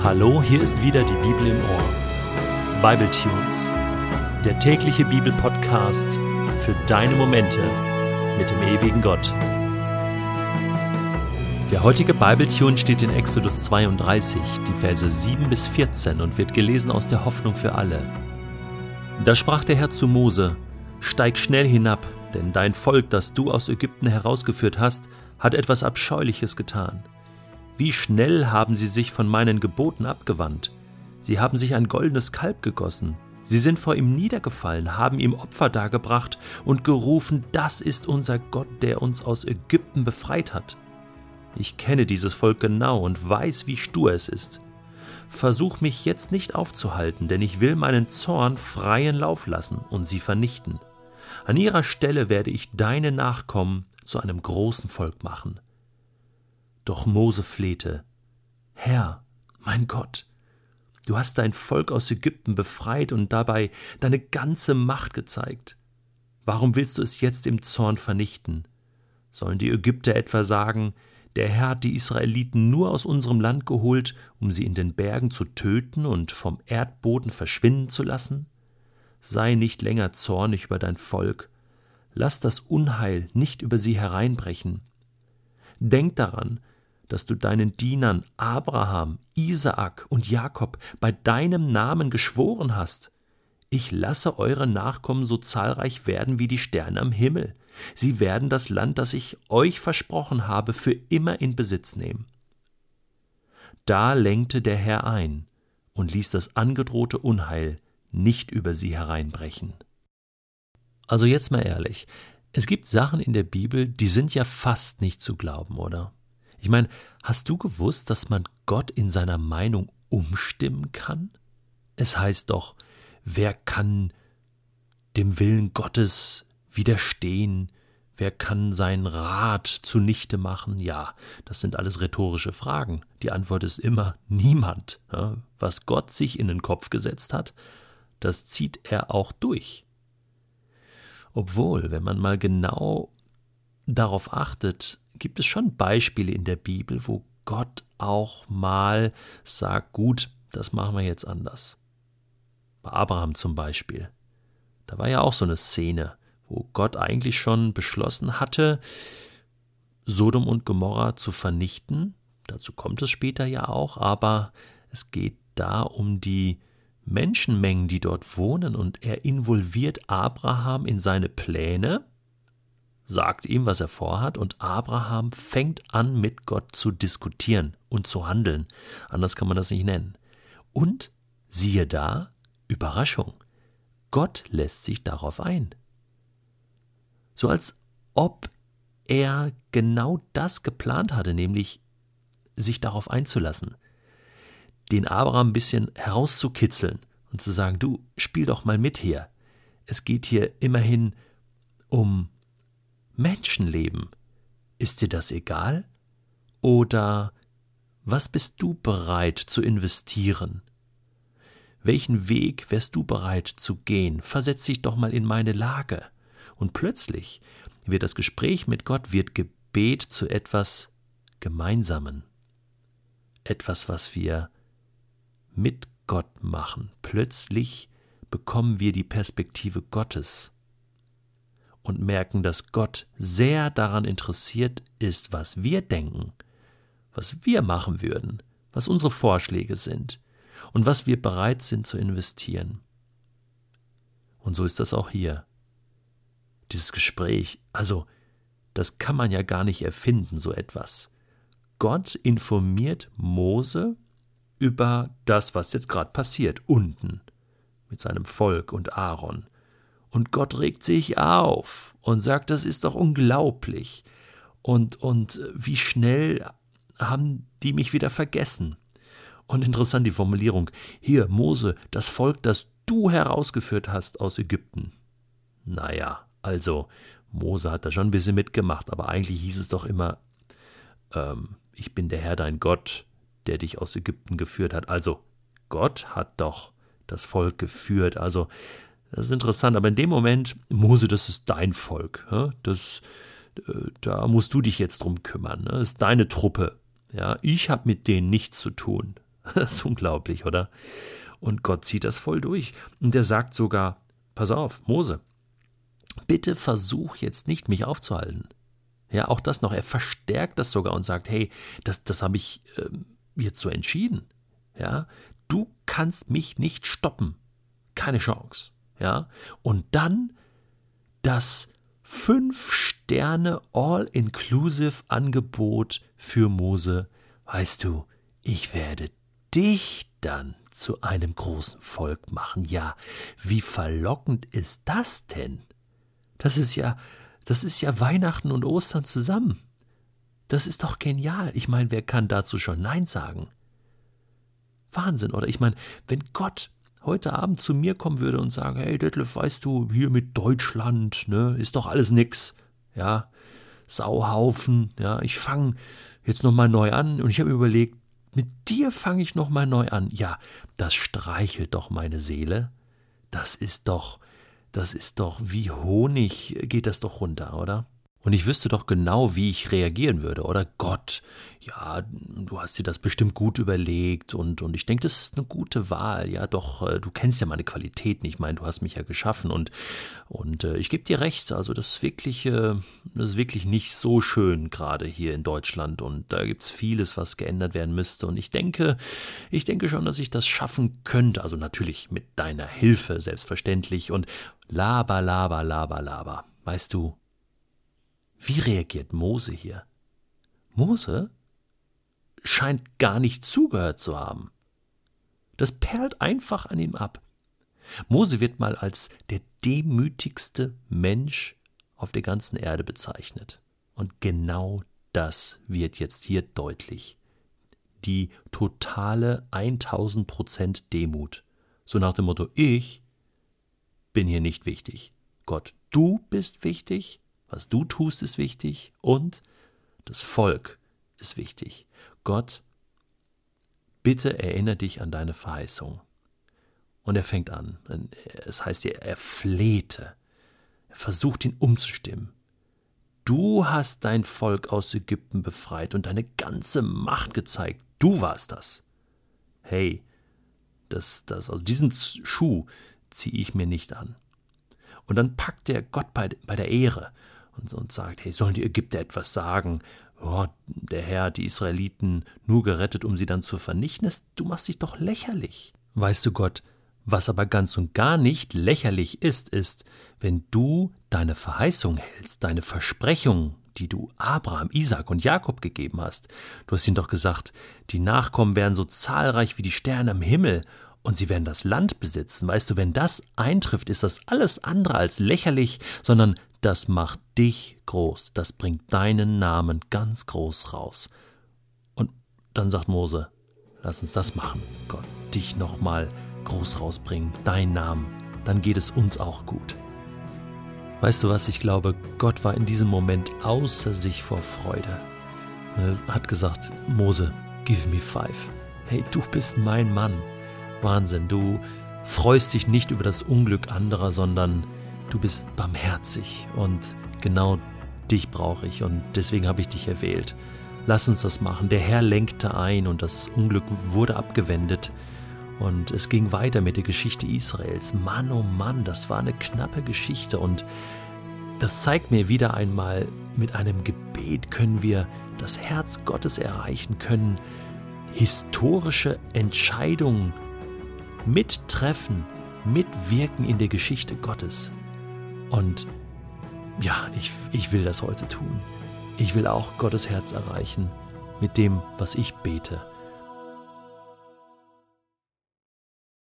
Hallo, hier ist wieder die Bibel im Ohr. Bible Tunes, der tägliche Bibelpodcast für deine Momente mit dem ewigen Gott. Der heutige Bible Tune steht in Exodus 32, die Verse 7 bis 14 und wird gelesen aus der Hoffnung für alle. Da sprach der Herr zu Mose: Steig schnell hinab, denn dein Volk, das du aus Ägypten herausgeführt hast, hat etwas Abscheuliches getan. Wie schnell haben sie sich von meinen Geboten abgewandt. Sie haben sich ein goldenes Kalb gegossen. Sie sind vor ihm niedergefallen, haben ihm Opfer dargebracht und gerufen: Das ist unser Gott, der uns aus Ägypten befreit hat. Ich kenne dieses Volk genau und weiß, wie stur es ist. Versuch mich jetzt nicht aufzuhalten, denn ich will meinen Zorn freien Lauf lassen und sie vernichten. An ihrer Stelle werde ich deine Nachkommen zu einem großen Volk machen. Doch Mose flehte: Herr, mein Gott, du hast dein Volk aus Ägypten befreit und dabei deine ganze Macht gezeigt. Warum willst du es jetzt im Zorn vernichten? Sollen die Ägypter etwa sagen: Der Herr hat die Israeliten nur aus unserem Land geholt, um sie in den Bergen zu töten und vom Erdboden verschwinden zu lassen? Sei nicht länger zornig über dein Volk. Lass das Unheil nicht über sie hereinbrechen. Denk daran, dass du deinen Dienern Abraham, Isaak und Jakob bei deinem Namen geschworen hast: Ich lasse eure Nachkommen so zahlreich werden wie die Sterne am Himmel. Sie werden das Land, das ich euch versprochen habe, für immer in Besitz nehmen. Da lenkte der Herr ein und ließ das angedrohte Unheil nicht über sie hereinbrechen. Also jetzt mal ehrlich, es gibt Sachen in der Bibel, die sind ja fast nicht zu glauben, oder? Ich meine, hast du gewusst, dass man Gott in seiner Meinung umstimmen kann? Es heißt doch, wer kann dem Willen Gottes widerstehen? Wer kann seinen Rat zunichte machen? Ja, das sind alles rhetorische Fragen. Die Antwort ist immer niemand. Ja, was Gott sich in den Kopf gesetzt hat, das zieht er auch durch. Obwohl, wenn man mal genau darauf achtet, gibt es schon Beispiele in der Bibel, wo Gott auch mal sagt: Gut, das machen wir jetzt anders. Bei Abraham zum Beispiel. Da war ja auch so eine Szene, wo Gott eigentlich schon beschlossen hatte, Sodom und Gomorra zu vernichten. Dazu kommt es später ja auch, aber es geht da um die Menschenmengen, die dort wohnen, und er involviert Abraham in seine Pläne, sagt ihm, was er vorhat, und Abraham fängt an, mit Gott zu diskutieren und zu handeln. Anders kann man das nicht nennen. Und siehe da, Überraschung, Gott lässt sich darauf ein. So als ob er genau das geplant hatte, nämlich sich darauf einzulassen, den Abraham ein bisschen herauszukitzeln und zu sagen: Du, spiel doch mal mit hier. Es geht hier immerhin um Menschenleben. Ist dir das egal? Oder was bist du bereit zu investieren? Welchen Weg wärst du bereit zu gehen? Versetz dich doch mal in meine Lage. Und plötzlich wird das Gespräch mit Gott, wird Gebet zu etwas Gemeinsamen. Etwas, was wir mit Gott machen. Plötzlich bekommen wir die Perspektive Gottes und merken, dass Gott sehr daran interessiert ist, was wir denken, was wir machen würden, was unsere Vorschläge sind und was wir bereit sind zu investieren. Und so ist das auch hier. Dieses Gespräch, also das kann man ja gar nicht erfinden, so etwas. Gott informiert Mose über das, was jetzt gerade passiert, unten mit seinem Volk und Aaron. Und Gott regt sich auf und sagt: Das ist doch unglaublich. Und wie schnell haben die mich wieder vergessen. Und interessant die Formulierung: Hier, Mose, das Volk, das du herausgeführt hast aus Ägypten. Naja, also Mose hat da schon ein bisschen mitgemacht, aber eigentlich hieß es doch immer: Ich bin der Herr, dein Gott, der dich aus Ägypten geführt hat. Also Gott hat doch das Volk geführt. Also das ist interessant, aber in dem Moment: Mose, das ist dein Volk. Da musst du dich jetzt drum kümmern. Das ist deine Truppe. Ja, ich habe mit denen nichts zu tun. Das ist unglaublich, oder? Und Gott zieht das voll durch. Und er sagt sogar, pass auf, Mose, bitte versuch jetzt nicht, mich aufzuhalten. Ja, auch das noch. Er verstärkt das sogar und sagt, hey, das habe ich jetzt so entschieden. Ja, du kannst mich nicht stoppen. Keine Chance. Ja, und dann das 5-Sterne All-Inclusive-Angebot für Mose. Weißt du, ich werde dich dann zu einem großen Volk machen. Ja, wie verlockend ist das denn? Das ist ja Weihnachten und Ostern zusammen. Das ist doch genial. Ich meine, wer kann dazu schon Nein sagen? Wahnsinn, oder? Ich meine, wenn Gott heute Abend zu mir kommen würde und sagen, hey Detlef, weißt du, hier mit Deutschland, ne, ist doch alles nix. Ja, Sauhaufen, ja, ich fange jetzt nochmal neu an und ich habe mir überlegt, mit dir fange ich nochmal neu an. Ja, das streichelt doch meine Seele. Das ist doch wie Honig geht das doch runter, oder? Und ich wüsste doch genau, wie ich reagieren würde, oder? Gott, ja, du hast dir das bestimmt gut überlegt und ich denke, das ist eine gute Wahl. Ja, doch, du kennst ja meine Qualitäten. Ich meine, du hast mich ja geschaffen und ich gebe dir recht. Also das ist wirklich nicht so schön gerade hier in Deutschland und da gibt es vieles, was geändert werden müsste. Und ich denke schon, dass ich das schaffen könnte. Also natürlich mit deiner Hilfe, selbstverständlich. Und laber. Weißt du, wie reagiert Mose hier? Mose scheint gar nicht zugehört zu haben. Das perlt einfach an ihm ab. Mose wird mal als der demütigste Mensch auf der ganzen Erde bezeichnet. Und genau das wird jetzt hier deutlich. Die totale 1000% Demut. So nach dem Motto, ich bin hier nicht wichtig. Gott, du bist wichtig. Was du tust, ist wichtig und das Volk ist wichtig. Gott, bitte erinnere dich an deine Verheißung. Und er fängt an. Es heißt hier, er flehte. Er versucht ihn umzustimmen. Du hast dein Volk aus Ägypten befreit und deine ganze Macht gezeigt. Du warst das. Hey, also diesen Schuh ziehe ich mir nicht an. Und dann packt er Gott bei der Ehre und sagt, hey, sollen die Ägypter etwas sagen? Oh, der Herr hat die Israeliten nur gerettet, um sie dann zu vernichten. Du machst dich doch lächerlich. Weißt du, Gott, was aber ganz und gar nicht lächerlich ist, wenn du deine Verheißung hältst, deine Versprechung, die du Abraham, Isaak und Jakob gegeben hast. Du hast ihnen doch gesagt, die Nachkommen werden so zahlreich wie die Sterne am Himmel und sie werden das Land besitzen. Weißt du, wenn das eintrifft, ist das alles andere als lächerlich, sondern das macht dich groß. Das bringt deinen Namen ganz groß raus. Und dann sagt Mose, lass uns das machen. Gott, dich nochmal groß rausbringen, deinen Namen. Dann geht es uns auch gut. Weißt du was, ich glaube, Gott war in diesem Moment außer sich vor Freude. Er hat gesagt, Mose, give me 5. Hey, du bist mein Mann. Wahnsinn, du freust dich nicht über das Unglück anderer, sondern du bist barmherzig und genau dich brauche ich und deswegen habe ich dich erwählt. Lass uns das machen. Der Herr lenkte ein und das Unglück wurde abgewendet und es ging weiter mit der Geschichte Israels. Mann, oh Mann, das war eine knappe Geschichte und das zeigt mir wieder einmal, mit einem Gebet können wir das Herz Gottes erreichen, können historische Entscheidungen mittreffen, mitwirken in der Geschichte Gottes. Und ja, ich will das heute tun. Ich will auch Gottes Herz erreichen mit dem, was ich bete.